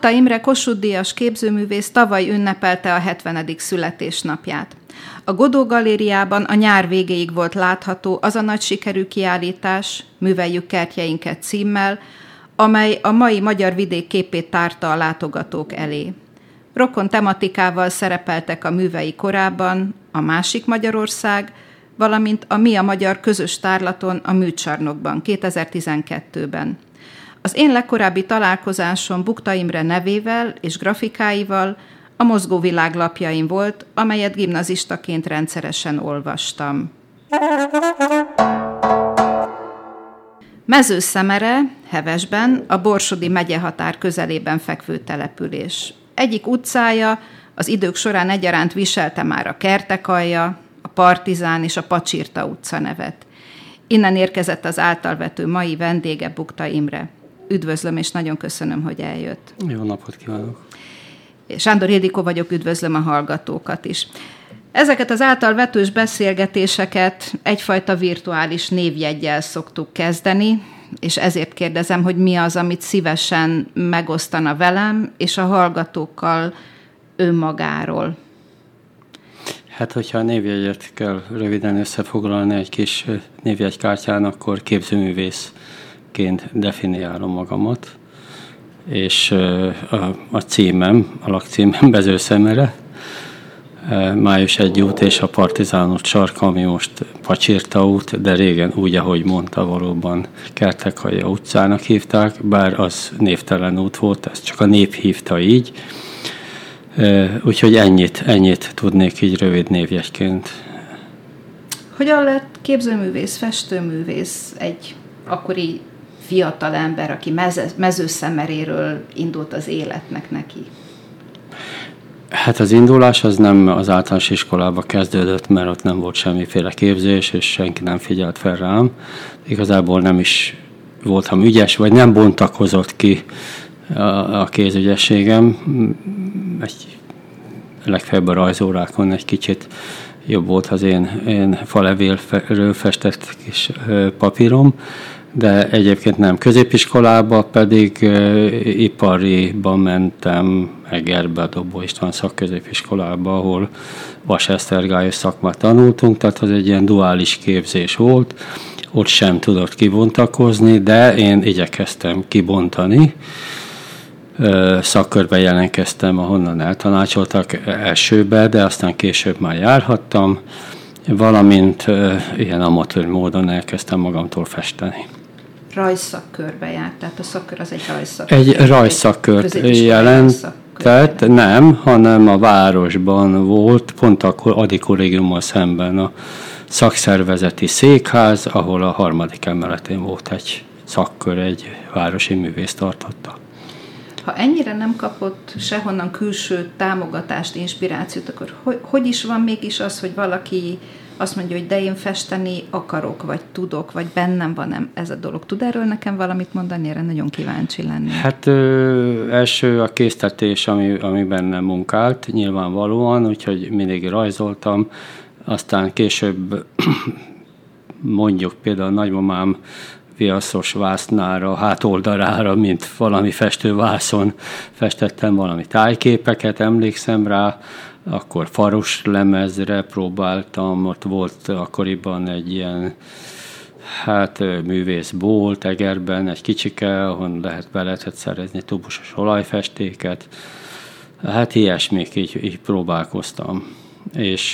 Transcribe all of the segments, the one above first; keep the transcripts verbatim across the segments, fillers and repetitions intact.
Bukta Imre Kossuth-díjas képzőművész tavaly ünnepelte a hetvenedik születésnapját. A Godó Galériában a nyár végéig volt látható az a nagy sikerű kiállítás, Műveljük kertjeinket címmel, amely a mai magyar vidék képét tárta a látogatók elé. Rokon tematikával szerepeltek a művei korábban, a Másik Magyarország, valamint a Mi a Magyar közös tárlaton a Műcsarnokban kétezer-tizenkettőben. Az én legkorábbi találkozásom Bukta Imre nevével és grafikáival a Mozgóvilág lapjain volt, amelyet gimnazistaként rendszeresen olvastam. Mezőszemere, Hevesben, a Borsodi megyehatár közelében fekvő település. Egyik utcája az idők során egyaránt viselte már a Kertekalja, a Partizán és a Pacsirta utca nevet. Innen érkezett az általvető mai vendége, Bukta Imre. Üdvözlöm, és nagyon köszönöm, hogy eljött. Jó napot kívánok! Sándor Ildikó vagyok, üdvözlöm a hallgatókat is. Ezeket az általvetős beszélgetéseket egyfajta virtuális névjeggyel szoktuk kezdeni, és ezért kérdezem, hogy mi az, amit szívesen megosztana velem és a hallgatókkal önmagáról. Hát, hogyha a névjegyet kell röviden összefoglalni egy kis névjegykártyán, akkor képzőművészként definiálom magamat, és a, a címem, a lakcímem Mezőszemere, Május egy út és a Partizán út sarka, ami most Pacsirta út, de régen úgy, ahogy mondta, valóban Kertekalja utcának hívták, bár az névtelen út volt, ezt csak a nép hívta így. Úgyhogy ennyit, ennyit tudnék így rövid névjegyként. Hogyan lett képzőművész, festőművész egy akkori fiatal ember, aki Mezőszemeréről indult az életnek neki? Hát az indulás az nem az általános iskolába kezdődött, mert ott nem volt semmiféle képzés, és senki nem figyelt fel rám. Igazából nem is voltam ügyes, vagy nem bontakozott ki a, a kézügyességem. Egy, legfeljebb a rajzórákon egy kicsit jobb volt az én, én falevélről festett kis papírom, de egyébként nem. Középiskolába pedig uh, ipariban mentem, Egerbe, a Dobó István szakközépiskolába, ahol vasesztergályos szakmát tanultunk, tehát az egy ilyen duális képzés volt. Ott sem tudott kibontakozni, de én igyekeztem kibontani. Uh, szakkörbe jelentkeztem, ahonnan eltanácsoltak elsőbe, de aztán később már járhattam, valamint uh, ilyen amatőr módon elkezdtem magamtól festeni. Rajzszakkörbe járt, tehát a szakkör az egy rajzszakkör. Egy rajzszakkört jelentett, nem, hanem a városban volt, pont a Adi kollégiummal szemben a szakszervezeti székház, ahol a harmadik emeletén volt egy szakkör, egy városi művész tartotta. Ha ennyire nem kapott sehonnan külső támogatást, inspirációt, akkor hogy, hogy is van mégis az, hogy valaki azt mondja, hogy de én festeni akarok, vagy tudok, vagy bennem van ez a dolog. Tud erről nekem valamit mondani? Erre nagyon kíváncsi lenni. Hát ö, első a késztetés, ami, ami bennem munkált, nyilvánvalóan, úgyhogy mindig rajzoltam. Aztán később mondjuk például a nagymamám viaszos vásznára, hátoldalára, mint valami festővászon festettem valami tájképeket, emlékszem rá, akkor faros lemezre próbáltam, ott volt akkoriban egy ilyen hát művészbolt Egerben, egy kicsike, ahol lehet, be lehetett szerezni tubusos olajfestéket. Hát ilyesmik, így, így próbálkoztam. És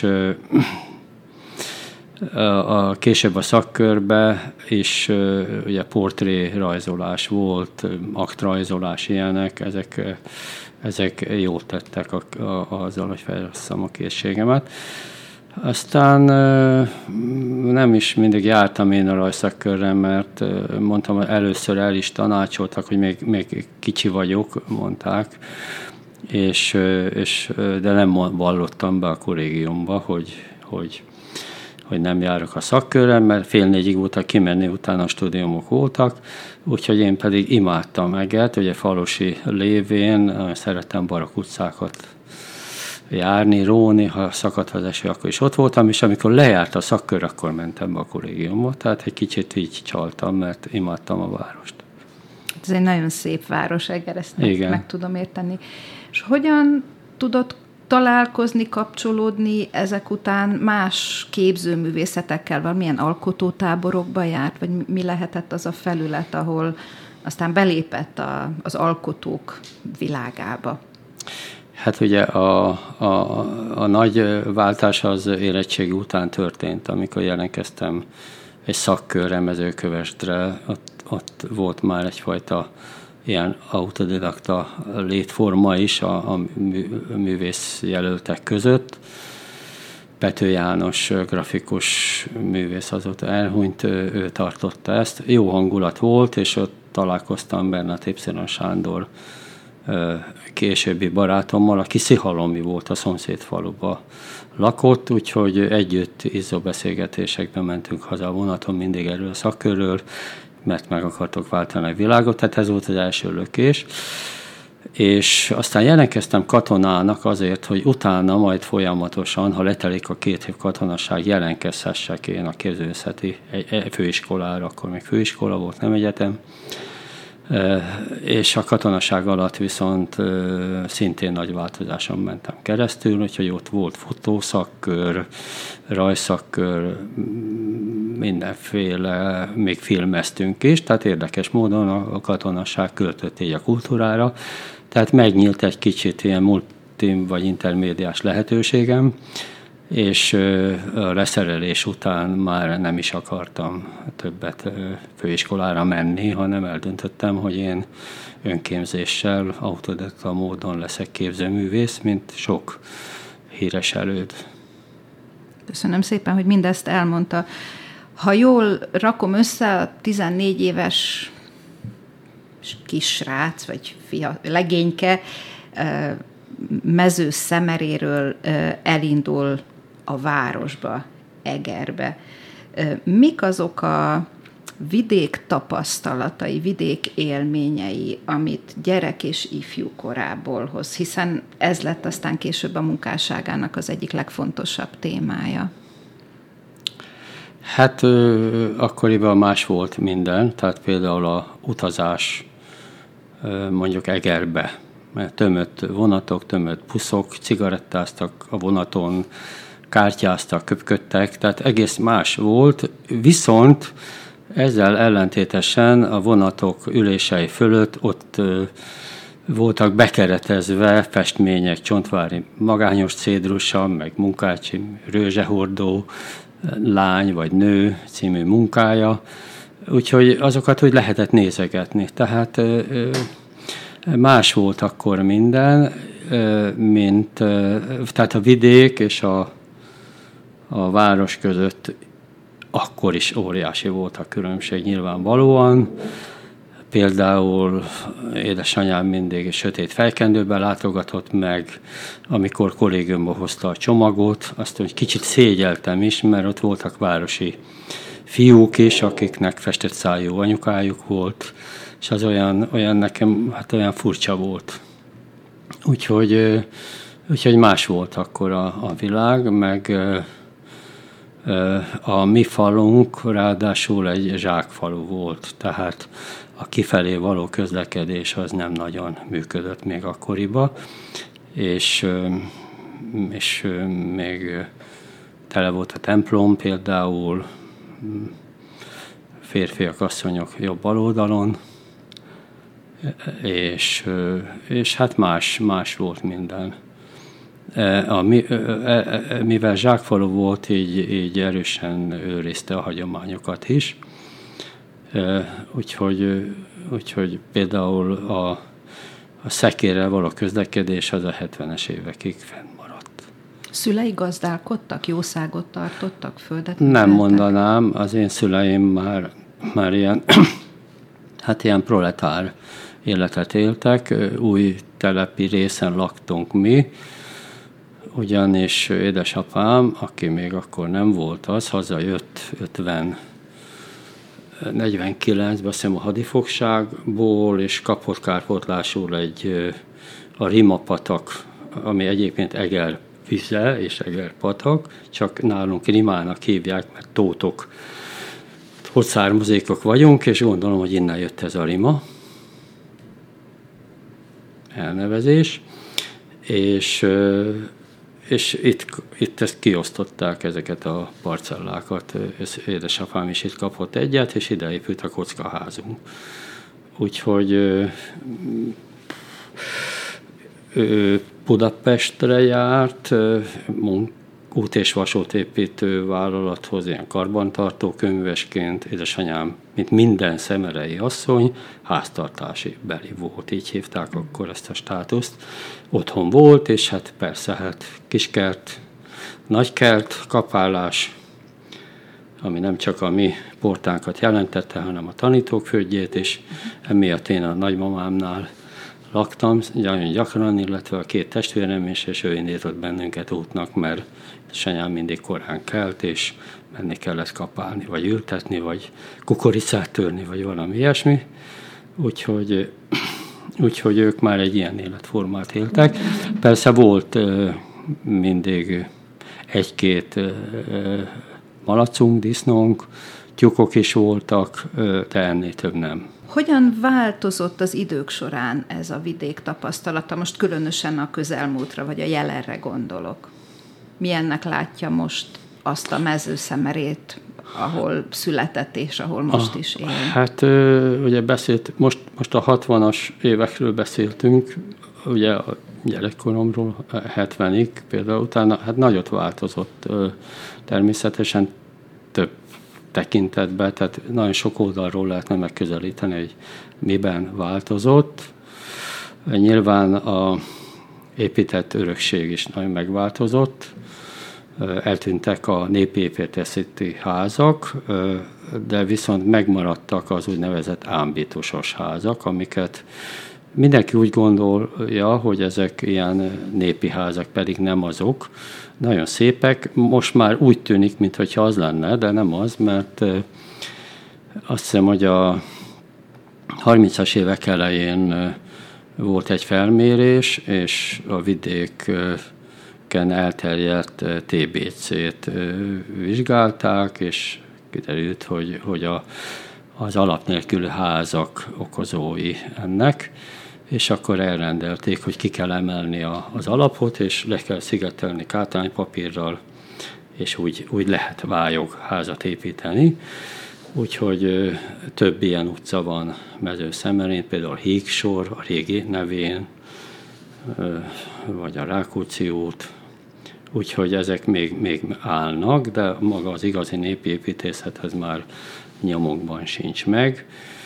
a, a, később a szakkörbe is ugye portré rajzolás volt, aktrajzolás, ilyenek, ezek ezek jól tettek a, a, azzal, hogy fejlesztem a készségemet. Aztán nem is mindig jártam én a rajzszakkörre, mert mondtam, hogy először el is tanácsoltak, hogy még, még kicsi vagyok, mondták, és, és, de nem vallottam be a kollégiumba, hogy, hogy, hogy nem járok a szakkörre, mert fél négyig voltak kimenni, utána a stúdiumok voltak, úgyhogy én pedig imádtam Egert, ugye falusi lévén, szerettem Barak utcákat járni, róni, ha szakadt az eső, akkor is ott voltam, és amikor lejárt a szakkör, akkor mentem be a kollégiumba, tehát egy kicsit így csaltam, mert imádtam a várost. Ez egy nagyon szép város, Eger, ezt meg, Igen. meg tudom érteni. És hogyan tudod találkozni, kapcsolódni ezek után más képzőművészetekkel? Valamilyen alkotótáborokba járt, vagy mi lehetett az a felület, ahol aztán belépett a, az alkotók világába? Hát ugye a, a, a nagy váltás az érettségi után történt, amikor jelentkeztem egy szakkörre, Mezőkövesdre, ott, ott volt már egyfajta ilyen autodidakta létforma is a, a művészjelöltek között. Pető János, grafikus művész, azóta elhunyt, ő, ő tartotta ezt. Jó hangulat volt, és ott találkoztam Bernát Épszilon Sándor későbbi barátommal, aki szihalomi volt, a szomszéd faluba lakott, úgyhogy együtt izzó beszélgetésekben mentünk haza a vonaton, mindig erről a szakkörről, mert meg akartok váltani a világot, tehát ez volt az első lökés. És aztán jelentkeztem katonának azért, hogy utána majd folyamatosan, ha letelik a két év katonasság, jelentkezhessek én a képzőművészeti főiskolára, akkor még főiskola volt, nem egyetem. És a katonaság alatt viszont szintén nagy változáson mentem keresztül, úgyhogy ott volt fotószakkör, rajszakkör, mindenféle, még filmeztünk is, tehát érdekes módon a katonaság költött így a kultúrára, tehát megnyílt egy kicsit ilyen multi vagy intermédiás lehetőségem, és a leszerelés után már nem is akartam többet főiskolára menni, hanem eldöntöttem, hogy én önképzéssel, autodidakta módon leszek képzőművész, mint sok híres előd. Köszönöm szépen, hogy mindezt elmondta. Ha jól rakom össze, a tizennégy éves kisrác, vagy fia, legényke Mezőszemeréről elindul a városba, Egerbe. Mik azok a vidék tapasztalatai, vidék élményei, amit gyerek és ifjú korából hoz, hiszen ez lett aztán később a munkásságának az egyik legfontosabb témája? Hát ö, akkoriban más volt minden, tehát például a utazás ö, mondjuk Egerbe, mert tömött vonatok, tömött buszok, cigarettáztak a vonaton, kártyáztak, köpködtek, tehát egész más volt, viszont ezzel ellentétesen a vonatok ülései fölött ott ö, voltak bekeretezve festmények, Csontvári magányos cédrusa, meg Munkácsi rőzsehordó, lány vagy nő című munkája, úgyhogy azokat úgy lehetett nézegetni. Tehát ö, ö, más volt akkor minden, ö, mint ö, tehát a vidék és a, a város között akkor is óriási volt a különbség nyilvánvalóan. Például édesanyám mindig sötét fejkendőben látogatott meg, amikor kollégiumba hozta a csomagot, azt hogy kicsit szégyeltem is, mert ott voltak városi fiúk is, akiknek festett szájú anyukájuk volt, és az olyan, olyan nekem hát olyan furcsa volt. Úgyhogy, úgyhogy más volt akkor a, a világ, meg a mi falunk ráadásul egy zsákfalu volt, tehát a kifelé való közlekedés az nem nagyon működött még akkoriban, és, és még tele volt a templom például, férfiak, asszonyok jobb bal oldalon, és, és hát más, más volt minden. A, mivel zsákfalu volt, így, így erősen őrizte a hagyományokat is. Úgyhogy, úgyhogy például a, a szekérrel való közlekedés az a hetvenes évekig fennmaradt. Szülei gazdálkodtak, jószágot tartottak, földet? Nem műveltek? mondanám, az én szüleim már, már ilyen, hát ilyen proletár életet éltek, új telepi részen laktunk mi, ugyanis édesapám, aki még akkor nem volt az, hazajött ötven negyvenkilencben, azt hiszem a hadifogságból, és kapott kárpótlásul egy a Rimapatak, ami egyébként Eger vize és Eger patak, csak nálunk Rimának hívják, mert tótok, ott származékok vagyunk, és gondolom, hogy innen jött ez a Rima. elnevezés, és, és itt, itt ezt kiosztották, ezeket a parcellákat. Édesapám is itt kapott egyet, és ide épült a kockaházunk. Úgyhogy Budapestre járt, út- és vasútépítő vállalathoz, ilyen karbantartó könyvesként. Édesanyám, mint minden szemerei asszony, háztartási beli volt, így hívták akkor ezt a státuszt. Otthon volt, és hát persze, hát kiskert, nagykert, kapálás, ami nem csak a mi portánkat jelentette, hanem a tanítók földjét is. Emiatt én a nagymamámnál laktam nagyon gyakran, illetve a két testvérem is, és ő indított bennünket útnak, mert édesanyám mindig korán kelt, és menni kellett kapálni, vagy ültetni, vagy kukoricát törni, vagy valami ilyesmi. Úgyhogy, úgyhogy ők már egy ilyen életformát éltek. Persze volt mindig egy-két malacunk, disznónk, tyúkok is voltak, de ennél több nem. Hogyan változott az idők során ez a vidék tapasztalata? Most különösen a közelmúltra, vagy a jelenre gondolok. Milyennek látja most azt a mezőszemerét, ahol született és ahol most a, is él? Hát ugye beszélt, most, most a hatvanas évekről beszéltünk, ugye a gyerekkoromról, hetvenig például, utána hát nagyot változott természetesen több tekintetben, tehát nagyon sok oldalról lehetne megközelíteni, hogy miben változott. Nyilván a épített örökség is nagyon megváltozott, eltűntek a népi építészeti házak, de viszont megmaradtak az úgynevezett ámbítusos házak, amiket mindenki úgy gondolja, hogy ezek ilyen népi házak, pedig nem azok. Nagyon szépek. Most már úgy tűnik, mintha az lenne, de nem az, mert azt hiszem, hogy a harmincas évek elején volt egy felmérés, és a vidéken elterjedt té bé cét vizsgálták, és kiderült, hogy, hogy a, az alap nélküli házak okozói ennek, és akkor elrendelték, hogy ki kell emelni a, az alapot, és le kell szigetelni kátánypapírral, és úgy, úgy lehet vályogházat építeni. Úgyhogy ö, több ilyen utca van Mezőszemerén, például a Hígsor, a régi nevén, ö, vagy a Rákóczi út. Úgyhogy ezek még, még állnak, de maga az igazi népépítészethez már nyomokban sincs meg.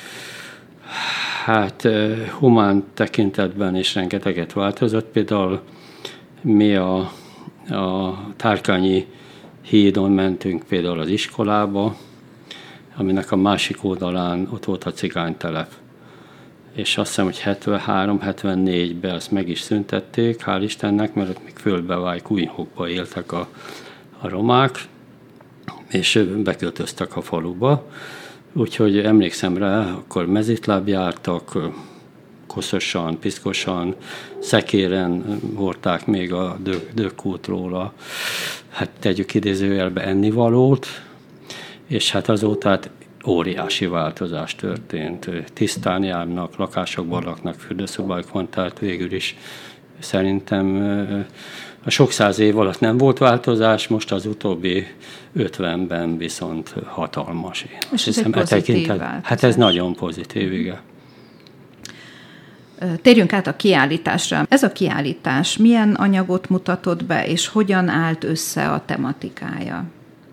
Hát humán tekintetben is rengeteget változott. Például mi a, a Tárkányi hídon mentünk például az iskolába, aminek a másik oldalán ott volt a cigánytelep. És azt hiszem, hogy hetvenhárom hetvennégyben azt meg is szüntették, hál' Istennek, mert ott még földbevált kunyhókba éltek a, a romák, és beköltöztek a faluba. Úgyhogy emlékszem rá, akkor mezitláb jártak, koszosan, piszkosan, szekéren hordták még a dökkútról a, hát tegyük idézőjelbe, ennivalót, és hát azóta hát óriási változás történt. Tisztán járnak, lakásokban laknak, fürdőszobájuk van, tehát végül is szerintem a sok száz év alatt nem volt változás, most az utóbbi ötvenben viszont hatalmas. És ez egy pozitív változás. Hát ez nagyon pozitív, igen. Térjünk át a kiállításra. Ez a kiállítás milyen anyagot mutatott be, és hogyan állt össze a tematikája?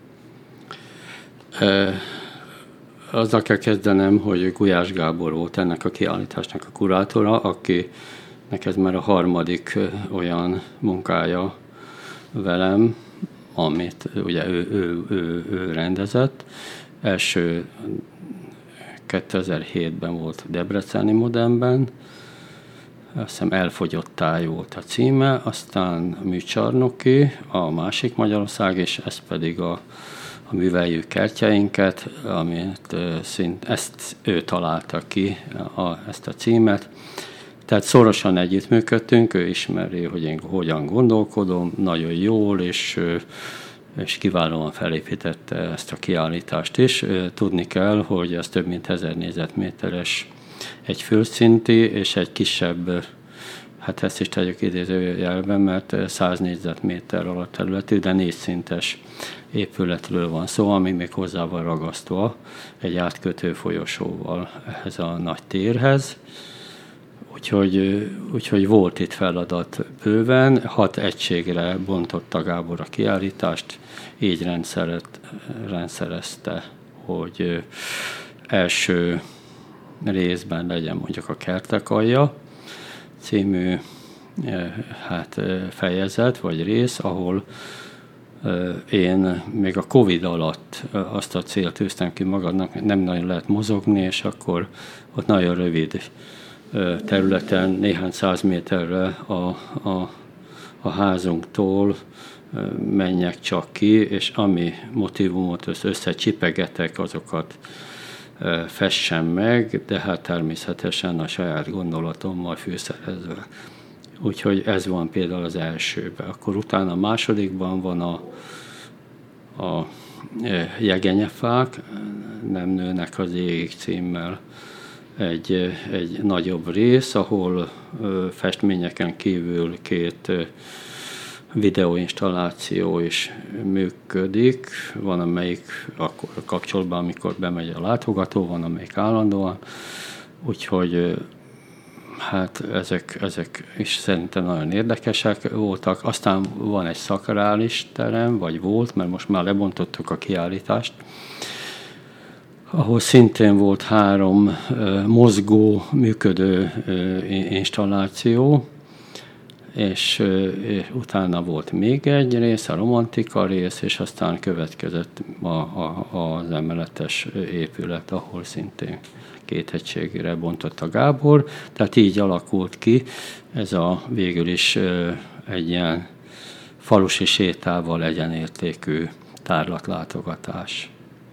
E, azzal kell kezdenem, hogy Gulyás Gábor volt ennek a kiállításnak a kurátora, aki ez már a harmadik olyan munkája velem, amit ugye ő, ő, ő, ő rendezett. Első kétezer-hétben volt Debreceni Modernben, azt hiszem Elfogyottá volt a címe, aztán Műcsarnoki, a másik Magyarország, és ez pedig a, a Műveljük kertjeinket, amit szint, ezt ő találta ki, a, ezt a címet. Tehát szorosan együttműködtünk, ő ismeri, hogy én hogyan gondolkodom, nagyon jól, és, és kiválóan felépítette ezt a kiállítást is. Tudni kell, hogy ez több mint ezer négyzetméteres egy földszinti, és egy kisebb hát ezt is tegyük idézőjelben, mert száz négyzetméter alatt területű, de négy szintes épületről van szó, ami még hozzá van ragasztva egy átkötő folyosóval ehhez a nagy térhez. Úgyhogy, úgyhogy volt itt feladat bőven, hat egységre bontotta Gábor a kiállítást, így rendszeret, rendszerezte, hogy első részben legyen mondjuk a Kertek alja című hát, fejezet vagy rész, ahol én még a Covid alatt azt a célt tűztem ki magadnak, nem nagyon lehet mozogni, és akkor ott nagyon rövid területen, néhány száz méterre a, a, a házunktól menjek csak ki, és ami motivumot összecsipegetek, azokat fessem meg, de hát természetesen a saját gondolatommal fűszerezve. Úgyhogy ez van például az elsőben. Akkor utána a másodikban van a, a Jegenyefák, nem nőnek az égig címmel egy, egy nagyobb rész, ahol festményeken kívül két videóinstalláció is működik. Van, amelyik akkor kapcsolatban, amikor bemegy a látogató, van, amelyik állandóan. Úgyhogy hát ezek, ezek is szerintem nagyon érdekesek voltak. Aztán van egy szakrális terem, vagy volt, mert most már lebontottuk a kiállítást, ahol szintén volt három uh, mozgó, működő uh, installáció, és, uh, és utána volt még egy rész, a romantika rész, és aztán következett a, a, az emeletes épület, ahol szintén két egységre bontott a Gábor. Tehát így alakult ki ez a végül is uh, egy ilyen falusi sétával egyenértékű tárlatlátogatás.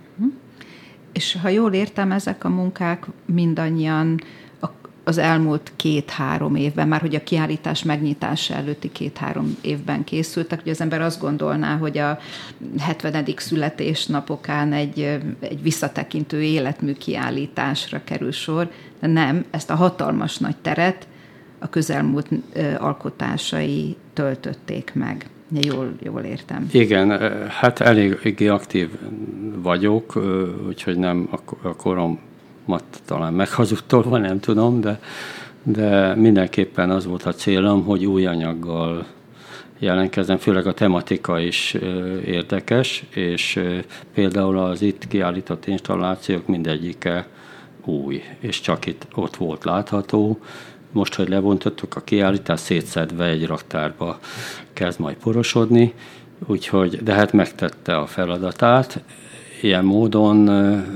És ha jól értem, ezek a munkák mindannyian az elmúlt két-három évben, már hogy a kiállítás megnyitása előtti két-három évben készültek, hogy az ember azt gondolná, hogy a hetvenedik születésnapokán egy, egy visszatekintő életmű kiállításra kerül sor, de nem, ezt a hatalmas nagy teret a közelmúlt alkotásai töltötték meg. Jól, jól értem. Igen, hát elég aktív vagyok, úgyhogy nem a koromat talán meghazudtolva, nem tudom, de, de mindenképpen az volt a célom, hogy új anyaggal jelentkezem, főleg a tematika is érdekes, és például az itt kiállított installációk mindegyike új, és csak itt ott volt látható. Most, hogy lebontottuk a kiállítást, szétszedve egy raktárba kezd majd porosodni, úgyhogy, de hát megtette a feladatát. Ilyen módon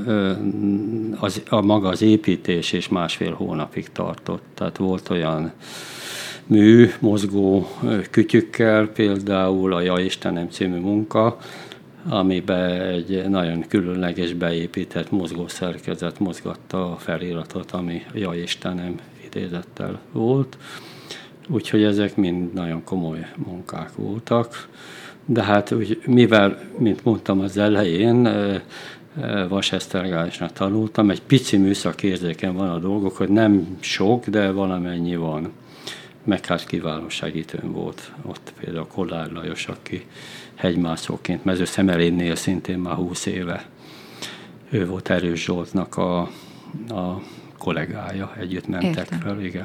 az, a maga az építés is másfél hónapig tartott. Tehát volt olyan mű, mozgó kütyükkel, például a Ja Istenem című munka, amiben egy nagyon különleges beépített mozgószerkezet mozgatta a feliratot, ami Ja Istenem idézettel volt. Úgyhogy ezek mind nagyon komoly munkák voltak. De hát úgy, mivel, mint mondtam az elején, vasesztergálásnak tanultam, egy pici műszakérzéken van a dolgok, hogy nem sok, de valamennyi van. Meg hát kiváló segítőm volt ott például Kollár Lajos, aki hegymászóként Mezőszemerénnél szintén már húsz éve. Ő volt Erős Zsoltnak a, a kollégája, együtt mentek Értem. fel, igen.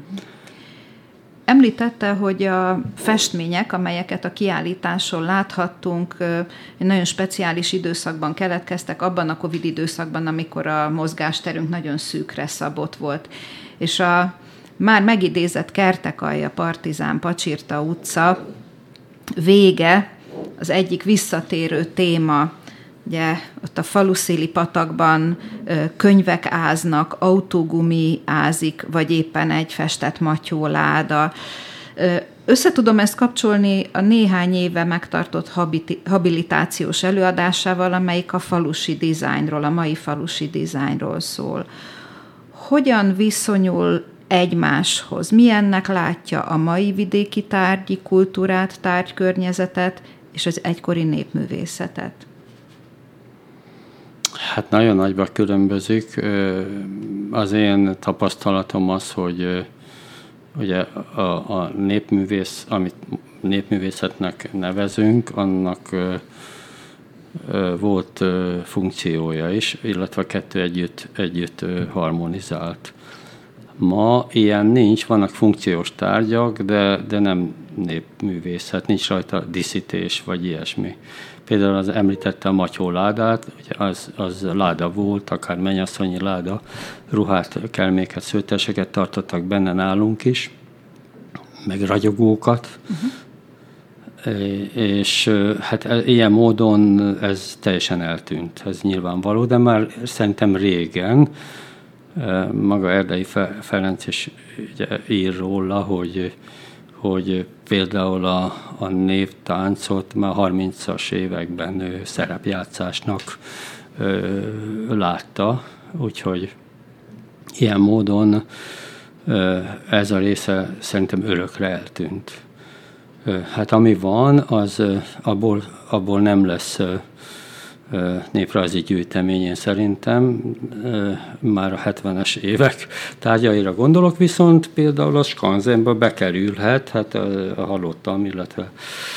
Említette, hogy a festmények, amelyeket a kiállításon láthattunk, egy nagyon speciális időszakban keletkeztek, abban a Covid időszakban, amikor a mozgásterünk nagyon szűkre szabott volt. És a már megidézett Kertekalja, Partizán, Pacsirta utca vége, az egyik visszatérő téma, ugye ott a faluszéli patakban könyvek áznak, autógumi ázik, vagy éppen egy festett matyóláda. Összetudom ezt kapcsolni a néhány éve megtartott habilitációs előadásával, amelyik a falusi dizájnról, a mai falusi dizájnról szól. Hogyan viszonyul egymáshoz? Milyennek látja a mai vidéki tárgyi kultúrát, tárgykörnyezetet és az egykori népművészetet? Hát nagyon nagyban különbözik. Az én tapasztalatom az, hogy ugye a, a népművész, amit népművészetnek nevezünk, annak ö, ö, volt ö, funkciója is, illetve a kettő együtt, együtt ö, harmonizált. Ma ilyen nincs, vannak funkciós tárgyak, de, de nem népművészet, nincs rajta díszítés, vagy ilyesmi. Például az említette a Matyó ládát, ugye az, az láda volt, akár mennyasszonyi láda, ruhát, kelméket, szőtteseket tartottak benne nálunk is, meg ragyogókat, uh-huh. és hát ilyen módon ez teljesen eltűnt, ez nyilvánvaló, de már szerintem régen, maga Erdei Ferenc is ugye ír róla, hogy, hogy például a, a névtáncot már harmincas években ő szerepjátszásnak ö, látta, úgyhogy ilyen módon ö, ez a része szerintem örökre eltűnt. Ö, hát ami van, az ö, abból, abból nem lesz ö, néprajzi gyűjteményén szerintem, már a hetvenes évek tárgyaira gondolok, viszont például a skanzenbe bekerülhet, hát hallottam, illetve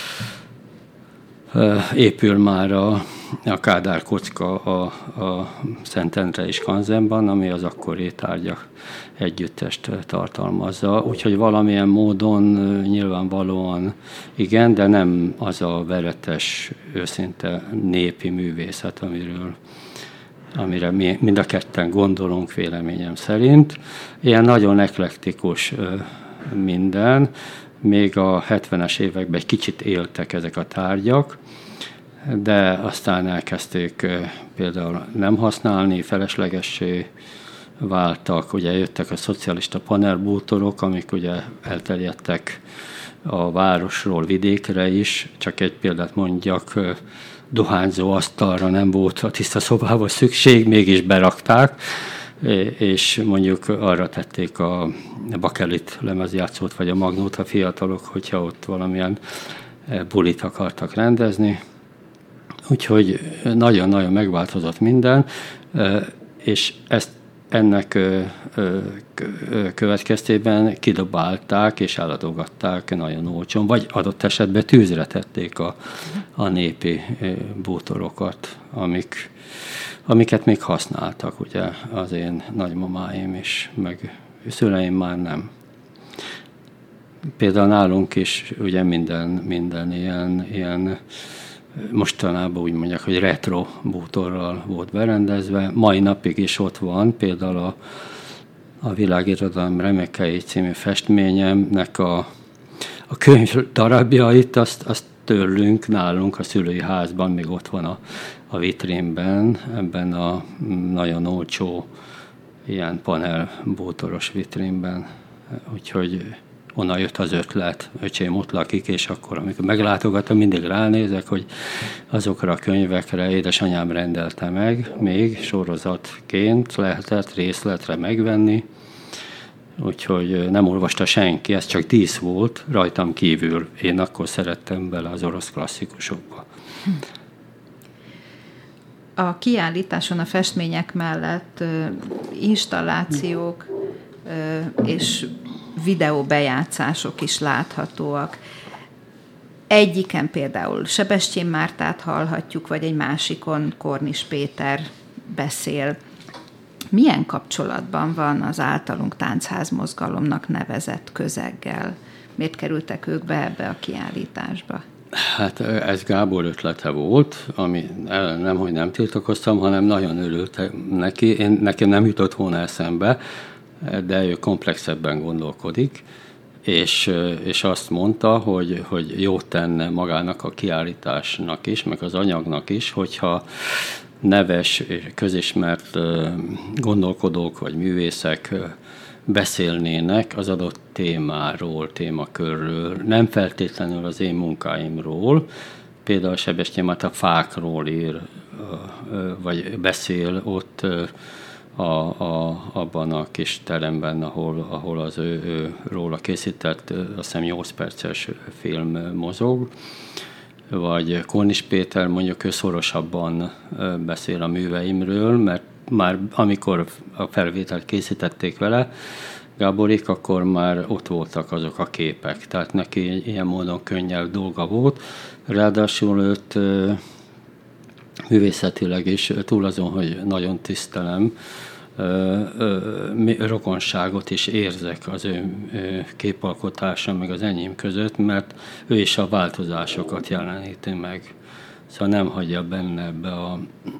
épül már a, a Kádár kocka a, a Szentendrei skanzenban, ami az akkori tárgyak együttest tartalmazza. Úgyhogy valamilyen módon nyilvánvalóan igen, de nem az a veretes, őszinte népi művészet, amiről, amire mi mind a ketten gondolunk véleményem szerint. Ilyen nagyon eklektikus minden, még a hetvenes években egy kicsit éltek ezek a tárgyak, de aztán elkezdték például nem használni, feleslegessé váltak, ugye jöttek a szocialista panelbútorok, amik ugye elterjedtek a városról vidékre is, csak egy példát mondjak, dohányzó asztalra nem volt a tiszta szobában szükség, mégis berakták, és mondjuk arra tették a bakelit lemezjátszót, vagy a magnót a fiatalok, hogyha ott valamilyen bulit akartak rendezni. Úgyhogy nagyon-nagyon megváltozott minden, és ezt ennek következtében kidobálták és eladogatták nagyon olcsón, vagy adott esetben tűzre tették a, a népi bútorokat, amik, amiket még használtak, ugye az én nagymamáim is, meg szüleim már nem. Például nálunk is ugye minden, minden ilyen, ilyen mostanában úgy mondják, hogy retro bútorral volt berendezve. Mai napig is ott van, például a, a Világirodalom remekei című festményemnek a, a könyv darabjait, azt, azt tőlünk, nálunk a szülői házban, még ott van a, a vitrínben, ebben a nagyon olcsó ilyen panel bútoros vitrínben. Úgyhogy onnan jött az ötlet, öcsém ott lakik, és akkor, amikor meglátogatom, mindig ránézek, hogy azokra a könyvekre édesanyám rendelte meg, még sorozatként lehetett részletre megvenni, úgyhogy nem olvasta senki, ez csak dísz volt, rajtam kívül. Én akkor szerettem bele az orosz klasszikusokba. A kiállításon a festmények mellett installációk és videóbejátszások is láthatóak. Egyiken például Sebestyén Mártát hallhatjuk, vagy egy másikon Kornis Péter beszél. Milyen kapcsolatban van az általunk táncházmozgalomnak nevezett közeggel? Miért kerültek ők be ebbe a kiállításba? Hát ez Gábor ötlete volt, ami nem, hogy nem tiltakoztam, hanem nagyon örültem neki. Én, nekem nem jutott volna eszembe, de ő komplexebben gondolkodik, és, és azt mondta, hogy, hogy jót tenne magának a kiállításnak is, meg az anyagnak is, hogyha neves, közismert gondolkodók vagy művészek beszélnének az adott témáról, témakörről, nem feltétlenül az én munkáimról, például Sebestyén Márta fákról ír, vagy beszél ott, A, a, abban a kis teremben, ahol, ahol az ő, ő róla készített, azt hiszem nyolc perces film mozog, vagy Kornis Péter mondjuk ő szorosabban beszél a műveimről, mert már amikor a felvételt készítették vele, Gáborék, akkor már ott voltak azok a képek. Tehát neki ilyen módon könnyebb dolga volt. Ráadásul őt művészetileg is, túl azon, hogy nagyon tisztelem, rokonságot is érzek az ő képalkotása meg az enyém között, mert ő is a változásokat jeleníti meg. Szóval nem hagyja benne ebbe a,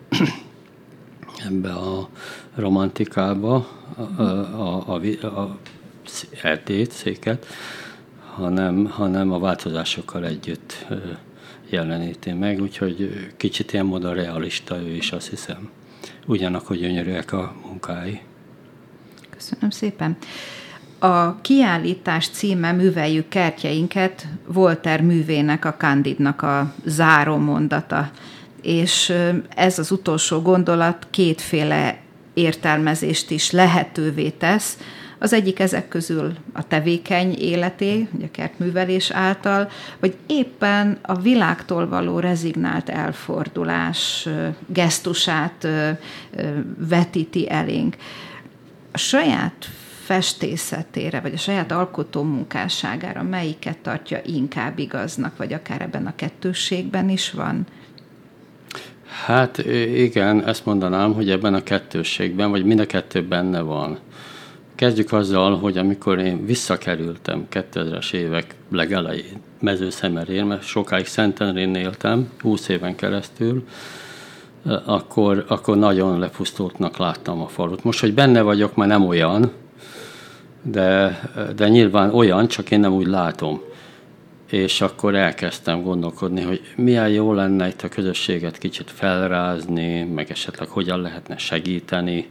ebbe a romantikába a, a, a, a erdét, széket, hanem, hanem a változásokkal együtt jeleníti meg, úgyhogy kicsit ilyen módon realista ő is, azt hiszem. Ugyanakkor gyönyörűek a munkái. Köszönöm szépen. A kiállítás címe Műveljük kertjeinket Voltaire művének, a Candide-nak a záró mondata. És ez az utolsó gondolat kétféle értelmezést is lehetővé tesz. Az egyik ezek közül a tevékeny életé, a kertművelés által, vagy éppen a világtól való rezignált elfordulás gesztusát vetíti elénk. A saját festészetére, vagy a saját alkotó munkásságára melyiket tartja inkább igaznak, vagy akár ebben a kettősségben is van? Hát igen, ezt mondanám, hogy ebben a kettősségben, vagy mind a kettő benne van. Kezdjük azzal, hogy amikor én visszakerültem kétezres évek legelején Mezőszemerén, mert sokáig Szentendrén éltem, húsz éven keresztül, akkor, akkor nagyon lepusztultnak láttam a falut. Most, hogy benne vagyok, már nem olyan, de, de nyilván olyan, csak én nem úgy látom. És akkor elkezdtem gondolkodni, hogy milyen jó lenne itt a közösséget kicsit felrázni, meg esetleg hogyan lehetne segíteni.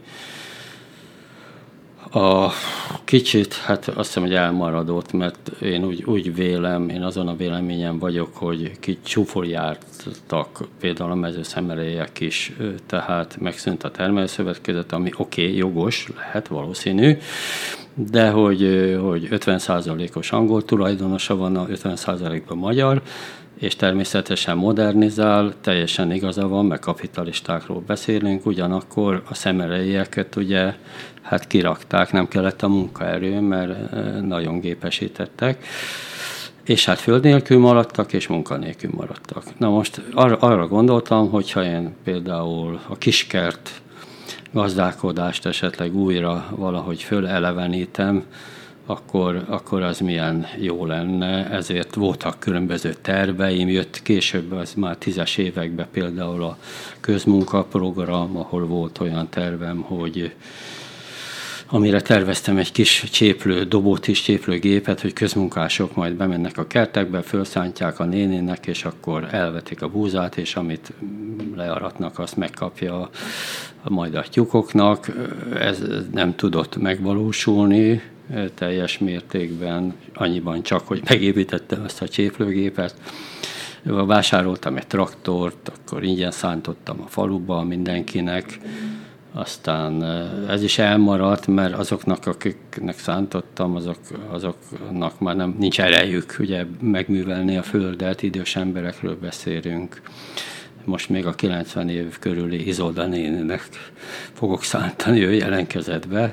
A kicsit, hát azt hiszem, hogy elmaradott, mert én úgy, úgy vélem, én azon a véleményen vagyok, hogy kicsit csúful jártak például a mezőszemerélyek is, tehát megszűnt a termelőszövetkezet, ami oké, okay, jogos, lehet, valószínű, de hogy, hogy ötven százalékos angol tulajdonosa van, a ötven százalékban magyar, és természetesen modernizál, teljesen igaza van, meg kapitalistákról beszélünk, ugyanakkor a szemerélyeket ugye hát kirakták, nem kellett a munkaerő, mert nagyon gépesítettek, és hát föld nélkül maradtak, és munkanélkül maradtak. Na most arra, arra gondoltam, hogyha én például a kiskert gazdálkodást esetleg újra valahogy fölelevenítem, akkor, akkor az milyen jó lenne. Ezért voltak különböző terveim, jött később, az már tízes években például a közmunkaprogram, ahol volt olyan tervem, hogy amire terveztem egy kis cséplő, dobót is cséplőgépet, hogy közmunkások majd bemennek a kertekbe, felszántják a nénének, és akkor elvetik a búzát, és amit learatnak, azt megkapja majd a tyúkoknak. Ez nem tudott megvalósulni teljes mértékben, annyiban csak, hogy megépítettem ezt a cséplőgépet. Vásároltam egy traktort, akkor ingyen szántottam a faluba mindenkinek, aztán ez is elmaradt, mert azoknak, akiknek szántottam, azok, azoknak már nem, nincs erejük ugye, megművelni a földet, idős emberekről beszélünk. Most még a kilencven év körüli Izolda néninek fogok szántani, ő jelentkezett be.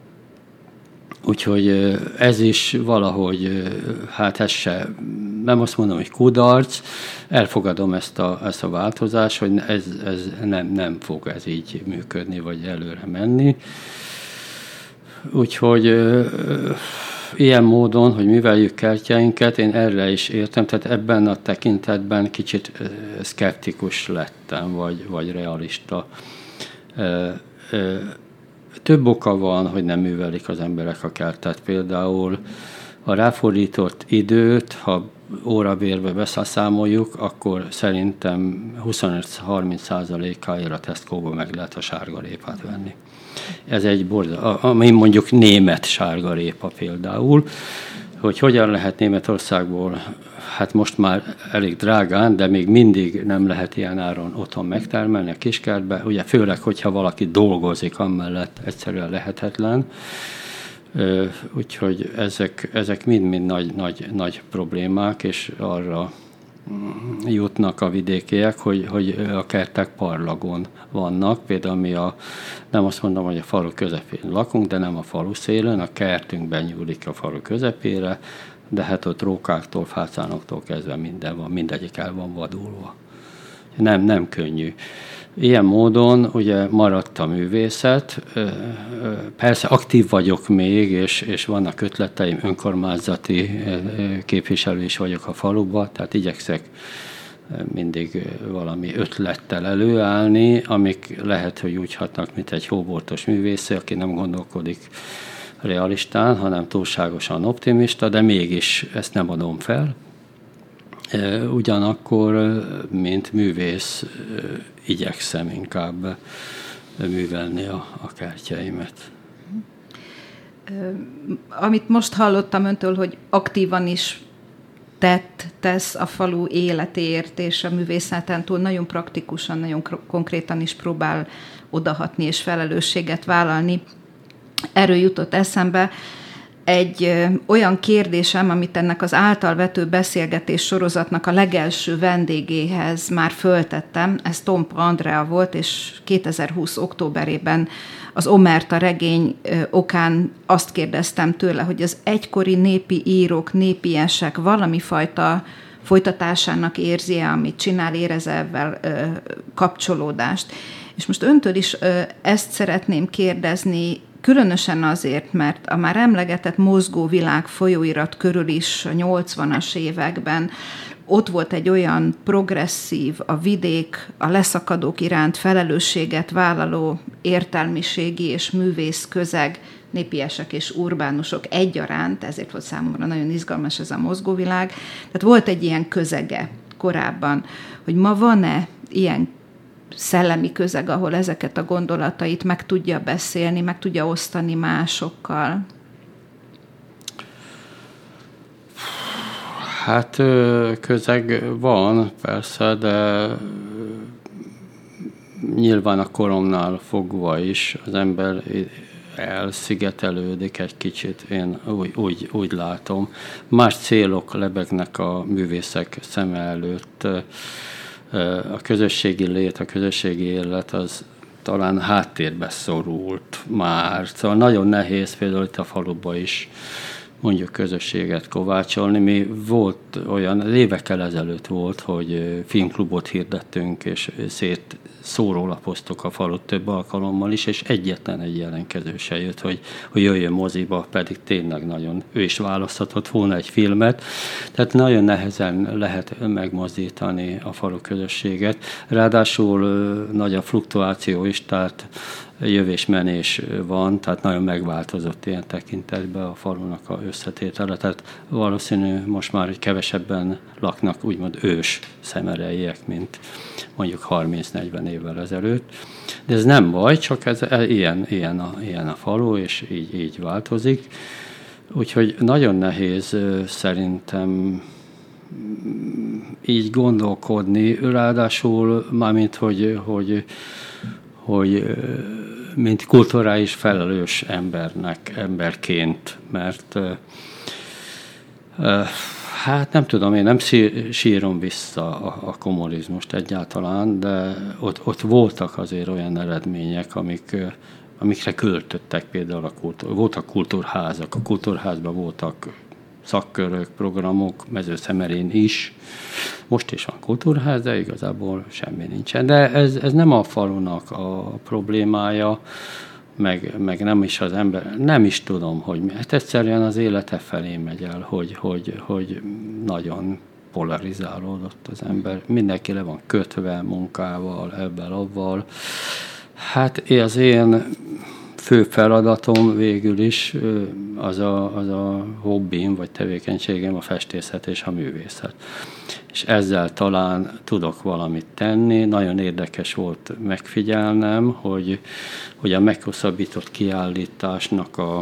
Úgyhogy ez is valahogy, hát ez se, nem azt mondom, hogy kudarc, elfogadom ezt a, ezt a változást, hogy ez, ez nem, nem fog ez így működni, vagy előre menni. Úgyhogy ilyen módon, hogy műveljük kertjeinket, én erre is értem, tehát ebben a tekintetben kicsit szkeptikus lettem, vagy, vagy realista. Több oka van, hogy nem művelik az emberek a kertet. Például a ráfordított időt, ha órabérbe beszámoljuk, akkor szerintem huszonöt-harminc százalékáért a Tesco-ba meg lehet a sárgarépát venni. Ez egy borzalmas, ami mondjuk német sárgarépa például, hogy hogyan lehet Németországból, hát most már elég drágán, de még mindig nem lehet ilyen áron otthon megtermelni a kiskertbe, ugye főleg, hogyha valaki dolgozik amellett, egyszerűen lehetetlen. Úgyhogy ezek, ezek mind-mind nagy, nagy, nagy problémák, és arra jutnak a vidékiek, hogy, hogy a kertek parlagon vannak. Például mi a, nem azt mondom, hogy a falu közepén lakunk, de nem a falu szélén, a kertünkben nyúlik a falu közepére, de hát ott rókáktól, fácánoktól kezdve minden van, mindegyik el van vadulva. Nem, nem könnyű. Ilyen módon ugye maradt a művészet, persze aktív vagyok még, és, és vannak ötleteim, önkormányzati képviselő is vagyok a faluban, tehát igyekszek mindig valami ötlettel előállni, amik lehet, hogy úgy hatnak, mint egy hóbortos művész, aki nem gondolkodik realistán, hanem túlságosan optimista, de mégis ezt nem adom fel. Ugyanakkor, mint művész, igyekszem inkább művelni a, a kártyáimat. Amit most hallottam öntől, hogy aktívan is tett, tesz a falu életéért, és a művészeten túl nagyon praktikusan, nagyon konkrétan is próbál odahatni és felelősséget vállalni. Erről jutott eszembe egy ö, olyan kérdésem, amit ennek az általvető beszélgetés sorozatnak a legelső vendégéhez már föltettem, ez Tompa Andrea volt, és kétezer-húsz októberében az Omerta regény ö, okán azt kérdeztem tőle, hogy az egykori népi írók, népiesek valami fajta folytatásának érzi-e, amit csinál, érez ebben ö, kapcsolódást. És most öntől is ö, ezt szeretném kérdezni, különösen azért, mert a már emlegetett Mozgó világ folyóirat körül is a nyolcvanas években ott volt egy olyan progresszív, a vidék, a leszakadók iránt felelősséget vállaló értelmiségi és művész közeg, népiesek és urbánusok egyaránt, ezért volt számomra nagyon izgalmas ez a mozgóvilág. Tehát volt egy ilyen közege korábban, hogy ma van-e ilyen szellemi közeg, ahol ezeket a gondolatait meg tudja beszélni, meg tudja osztani másokkal? Hát közeg van, persze, de nyilván a koromnál fogva is az ember elszigetelődik egy kicsit, én úgy, úgy, úgy látom. Más célok lebegnek a művészek szeme előtt. A közösségi lét, a közösségi élet az talán háttérbe szorult már. Szóval nagyon nehéz például itt a faluban is mondjuk közösséget kovácsolni. Mi volt olyan, évekkel ezelőtt volt, hogy filmklubot hirdettünk, és szét szórólapoztuk a falut több alkalommal is, és egyetlen egy jelentkező se jött, hogy, hogy jöjjön moziba, pedig tényleg nagyon, ő is választhatott volna egy filmet. Tehát nagyon nehezen lehet megmozdítani a falu közösséget. Ráadásul nagy a fluktuáció is, tehát jövés-menés van, tehát nagyon megváltozott ilyen tekintetben a falunak a összetétele. Tehát valószínű most már kevesebben laknak úgymond ős szemereiek, mint mondjuk harminc-negyven évvel ezelőtt. De ez nem baj, csak ez, ez ilyen, ilyen, a, ilyen a falu, és így, így változik. Úgyhogy nagyon nehéz szerintem így gondolkodni, ráadásul mármint, hogy, hogy, hogy mint kulturális felelős embernek, emberként, mert hát nem tudom, én nem sírom vissza a, a kommunizmust egyáltalán, de ott, ott voltak azért olyan eredmények, amik, amikre költöttek például a kultúr. Voltak kultúrházak, a kultúrházban voltak szakkörök, programok, Mezőszemerén is. Most is van kultúrház, de igazából semmi nincsen. De ez, ez nem a falunak a problémája, meg, meg nem is az ember, nem is tudom, hogy mi. Hát egyszerűen az élete felé megy el, hogy, hogy, hogy nagyon polarizálódott az ember. Mindenki le van kötve munkával, ebben, abban. Hát az én fő feladatom végül is az a, az a hobbim, vagy tevékenységem a festészet és a művészet. És ezzel talán tudok valamit tenni. Nagyon érdekes volt megfigyelnem, hogy, hogy a meghosszabbított kiállításnak a,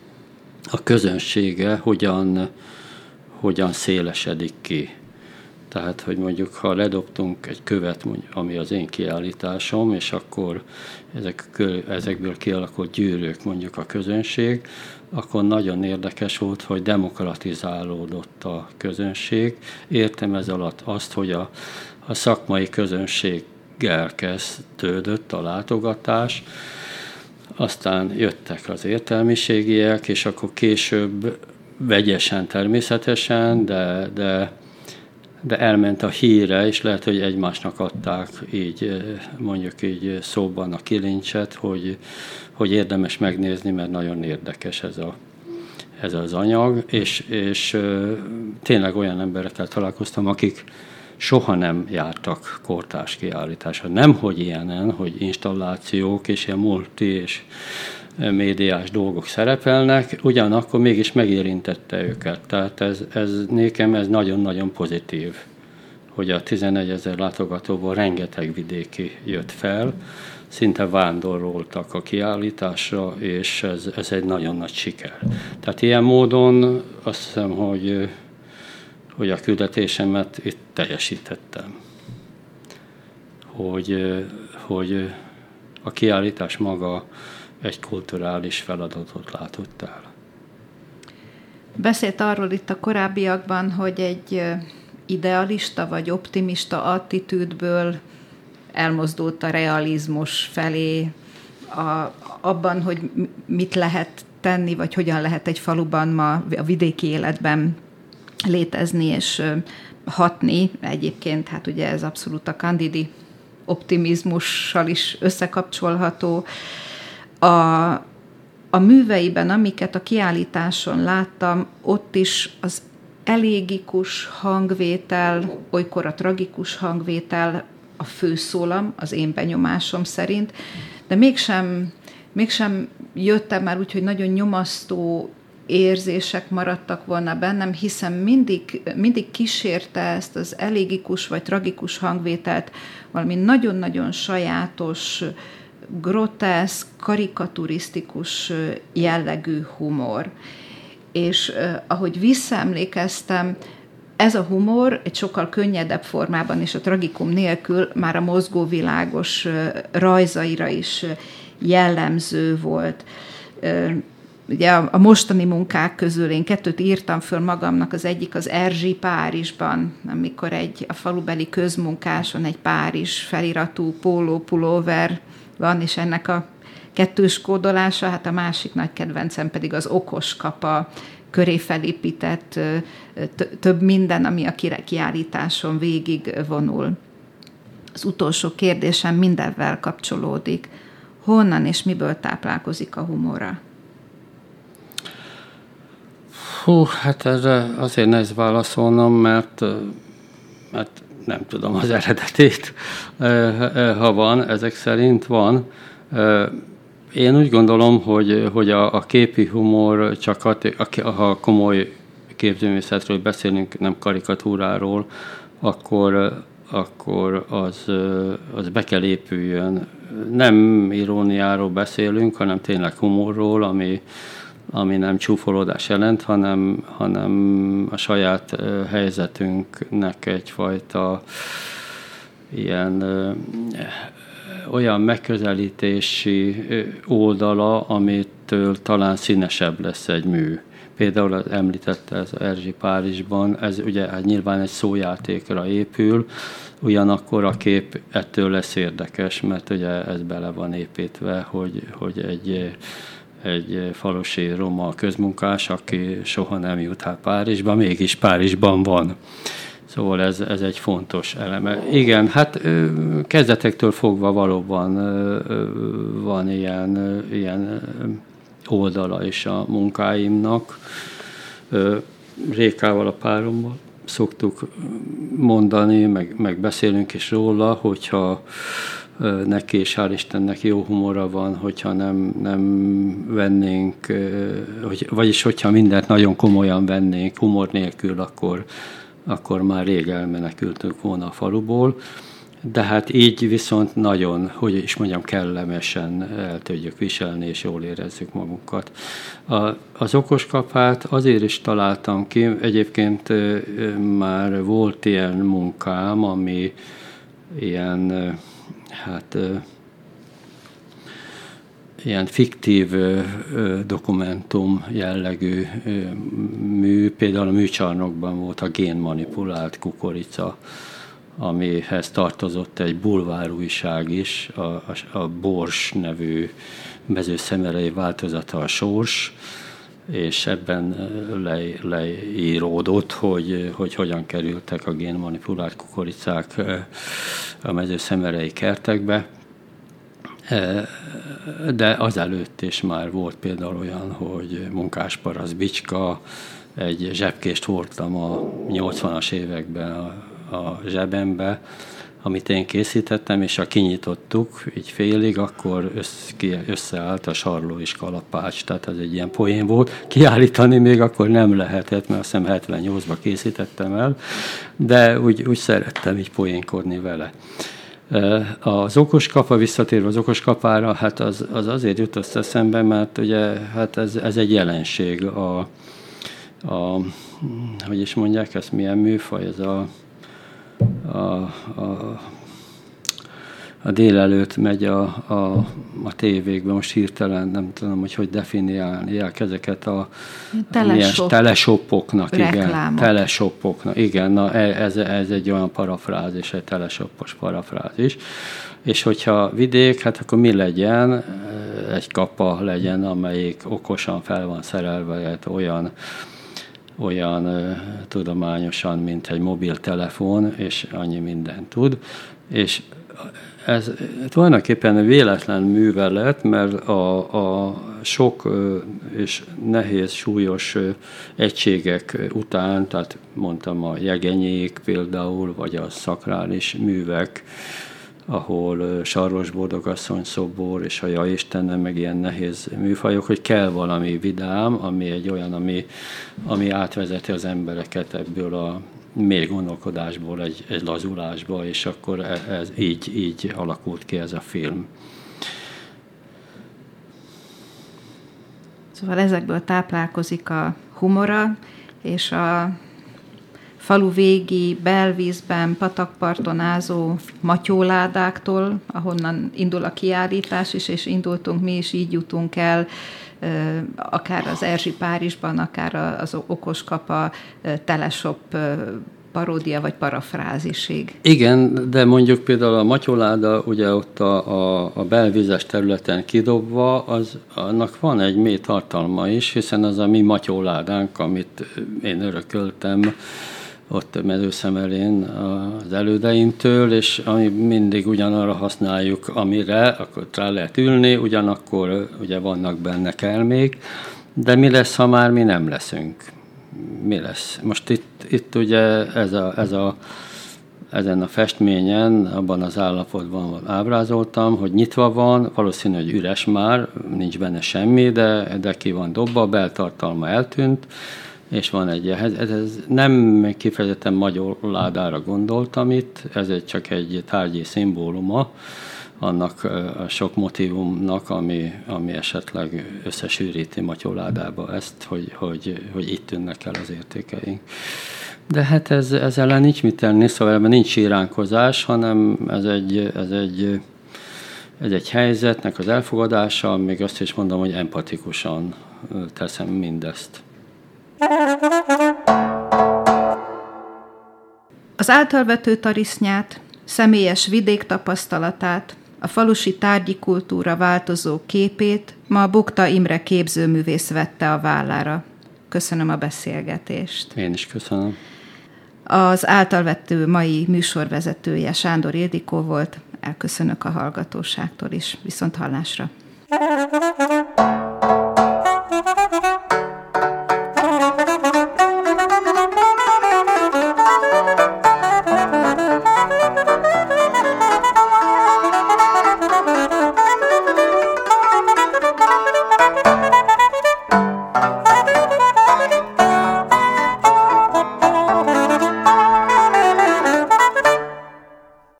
a közönsége hogyan, hogyan szélesedik ki. Tehát, hogy mondjuk, ha ledobtunk egy követ, mondjuk, ami az én kiállításom, és akkor ezek, ezekből kialakult gyűrűk, mondjuk a közönség, akkor nagyon érdekes volt, hogy demokratizálódott a közönség. Értem ez alatt azt, hogy a, a szakmai közönséggel kezdődött a látogatás, aztán jöttek az értelmiségiek, és akkor később vegyesen természetesen, de, de, de elment a híre, és lehet, hogy egymásnak adták így, mondjuk így szóban a kilincset, hogy, hogy érdemes megnézni, mert nagyon érdekes ez, a, ez az anyag, és, és tényleg olyan emberekkel találkoztam, akik soha nem jártak kortárs kiállításra. Nem, hogy ilyenen, hogy installációk és ilyen multi és médiás dolgok szerepelnek, ugyanakkor mégis megérintette őket. Tehát ez, ez nékem ez nagyon-nagyon pozitív, hogy a tizenegyezer látogatóból rengeteg vidéki jött fel, szinte vándoroltak a kiállításra, és ez, ez egy nagyon nagy siker. Tehát ilyen módon azt hiszem, hogy hogy a küldetésemet itt teljesítettem. Hogy, hogy a kiállítás maga egy kulturális feladatot látott el. Beszélt arról itt a korábbiakban, hogy egy idealista vagy optimista attitűdből elmozdult a realizmus felé, a, abban, hogy mit lehet tenni, vagy hogyan lehet egy faluban ma a vidéki életben létezni és hatni. Egyébként, hát ugye ez abszolút a Candidi optimizmussal is összekapcsolható. A, a műveiben, amiket a kiállításon láttam, ott is az elégikus hangvétel, olykor a tragikus hangvétel a főszólam, az én benyomásom szerint, de mégsem, mégsem jöttem már úgy, hogy nagyon nyomasztó érzések maradtak volna bennem, hiszen mindig, mindig kísérte ezt az elégikus vagy tragikus hangvételt valami nagyon-nagyon sajátos, groteszk, karikaturisztikus jellegű humor. És eh, ahogy visszaemlékeztem, ez a humor egy sokkal könnyedebb formában és a tragikum nélkül már a mozgóvilágos eh, rajzaira is jellemző volt. Eh, Ugye a mostani munkák közül én kettőt írtam föl magamnak, az egyik az Erzsi Párizsban, amikor egy a falubeli közmunkáson egy Párizs feliratú póló pulóver van, és ennek a kettős kódolása, hát a másik nagy kedvencem pedig az Okos Kapa köré felépített több minden, ami a kiállításon végig vonul. Az utolsó kérdésem mindenvel kapcsolódik. Honnan és miből táplálkozik a humora? Hú, hát erre azért nehéz válaszolnom, mert, mert nem tudom az eredetét, ha van, ezek szerint van. Én úgy gondolom, hogy, hogy a, a képi humor, csak a, ha komoly képzőművészetről beszélünk, nem karikatúráról, akkor, akkor az, az be kell épüljön. Nem iróniáról beszélünk, hanem tényleg humorról, ami ami nem csúfolódás jelent, hanem, hanem a saját uh, helyzetünknek egyfajta ilyen uh, olyan megközelítési oldala, amitől talán színesebb lesz egy mű. Például az említette ez az Erzsi Párizsban, ez ugye hát nyilván egy szójátékra épül, ugyanakkor a kép ettől lesz érdekes, mert ugye ez bele van építve, hogy, hogy egy egy falusi roma közmunkás, aki soha nem jut át Párizsba, mégis Párizsban van. Szóval ez, ez egy fontos eleme. Igen, hát kezdetektől fogva valóban van ilyen, ilyen oldala is a munkáimnak. Rékával, a párommal szoktuk mondani, meg, meg beszélünk is róla, hogyha neki és hál' Istennek jó humora van, hogyha nem, nem vennénk, hogy, vagyis hogyha mindent nagyon komolyan vennénk, humor nélkül, akkor, akkor már rég elmenekültünk volna a faluból. de hát így viszont nagyon, hogy is mondjam, kellemesen el tudjuk viselni, és jól érezzük magunkat. A, az okoskapát azért is találtam ki, egyébként már volt ilyen munkám, ami ilyen, hát ilyen fiktív ö, ö, dokumentum jellegű ö, mű, például a műcsarnokban volt a génmanipulált kukorica, amihez tartozott egy bulvárújság is, a, a, a Bors nevű mezőszemerei változata, a Sors, és ebben le, leíródott, hogy, hogy hogyan kerültek a génmanipulált kukoricák a mezőszemerei kertekbe. De azelőtt is már volt például olyan, hogy munkásparasz bicska, egy zsebkést hordtam a nyolcvanas években a, a zsebembe, amit én készítettem, és ha kinyitottuk így félig, akkor össze, összeállt a sarló és kalapács, tehát ez egy ilyen poén volt. Kiállítani még akkor nem lehetett, mert azt hiszem hetvennyolcban készítettem el, de úgy, úgy szerettem így poénkodni vele. Az okoskapa, visszatérve az okoskapára, hát az, az azért jut össze eszembe, mert ugye hát ez, ez egy jelenség. A, a, hogy is mondják, ez milyen műfaj? Ez a, a, a, a délelőtt megy a, a, a tévékbe, most hirtelen nem tudom, hogy hogy definiálják ezeket a Teleshop. teleshopoknak, igen, teleshopoknak, igen, na ez, ez egy olyan parafrázis, egy teleshopos parafrázis, és hogyha vidék, hát akkor mi legyen? Egy kapa legyen, amelyik okosan fel van szerelve, hát olyan olyan uh, tudományosan, mint egy mobiltelefon, és annyi mindent tud, és ez tulajdonképpen véletlen művelet, mert a, a sok és nehéz, súlyos egységek után, tehát mondtam a jegenyék például, vagy a szakrális művek, ahol Sarvos Boldogasszony szobor, és a Ja Istenem, meg ilyen nehéz műfajok, hogy kell valami vidám, ami egy olyan, ami, ami átvezeti az embereket ebből a mély gondolkodásból egy, egy lazulásba, és akkor ez így, így alakult ki ez a film. Szóval ezekből táplálkozik a humora, és a falu végi, belvízben, patakparton ázó matyóládáktól, ahonnan indul a kiállítás is, és indultunk mi is, így jutunk el, akár az Erzsi Párizsban, akár az Okoskapa teleshop paródia vagy parafrázisig. Igen, de mondjuk például a matyóláda, ugye ott a, a, a belvízes területen kidobva, az, annak van egy mély tartalma is, hiszen az a mi matyóládánk, amit én örököltem ott Mezőszemerén az elődeimtől, és ami mindig ugyanarra használjuk, amire, akkor rá lehet ülni, ugyanakkor ugye vannak benne kelmék, de mi lesz, ha már mi nem leszünk? Mi lesz? Most itt, itt ugye ez a, ez a, ezen a festményen, abban az állapotban ábrázoltam, hogy nyitva van, valószínű, hogy üres már, nincs benne semmi, de, de ki van dobva, a beltartalma eltűnt, és van egy, ez, ez nem kifejezetten matyóládára gondoltam itt, ez egy, csak egy tárgyi szimbóluma annak a sok motívumnak, ami, ami esetleg összesűríti matyóládába ezt, hogy, hogy, hogy itt tűnnek el az értékeink. De hát ez, ez ellen nincs mit tenni, szóval ebben nincs síránkozás, hanem ez egy, ez egy, ez egy helyzetnek az elfogadása, még azt is mondom, hogy empatikusan teszem mindezt. Az általvető tarisznyát, személyes vidéktapasztalatát, a falusi tárgyi kultúra változó képét ma Bokta Imre képzőművész vette a vállára. Köszönöm a beszélgetést. Én is köszönöm. Az általvető mai műsorvezetője Sándor Ildikó volt. Elköszönök a hallgatóságtól is. Viszont hallásra.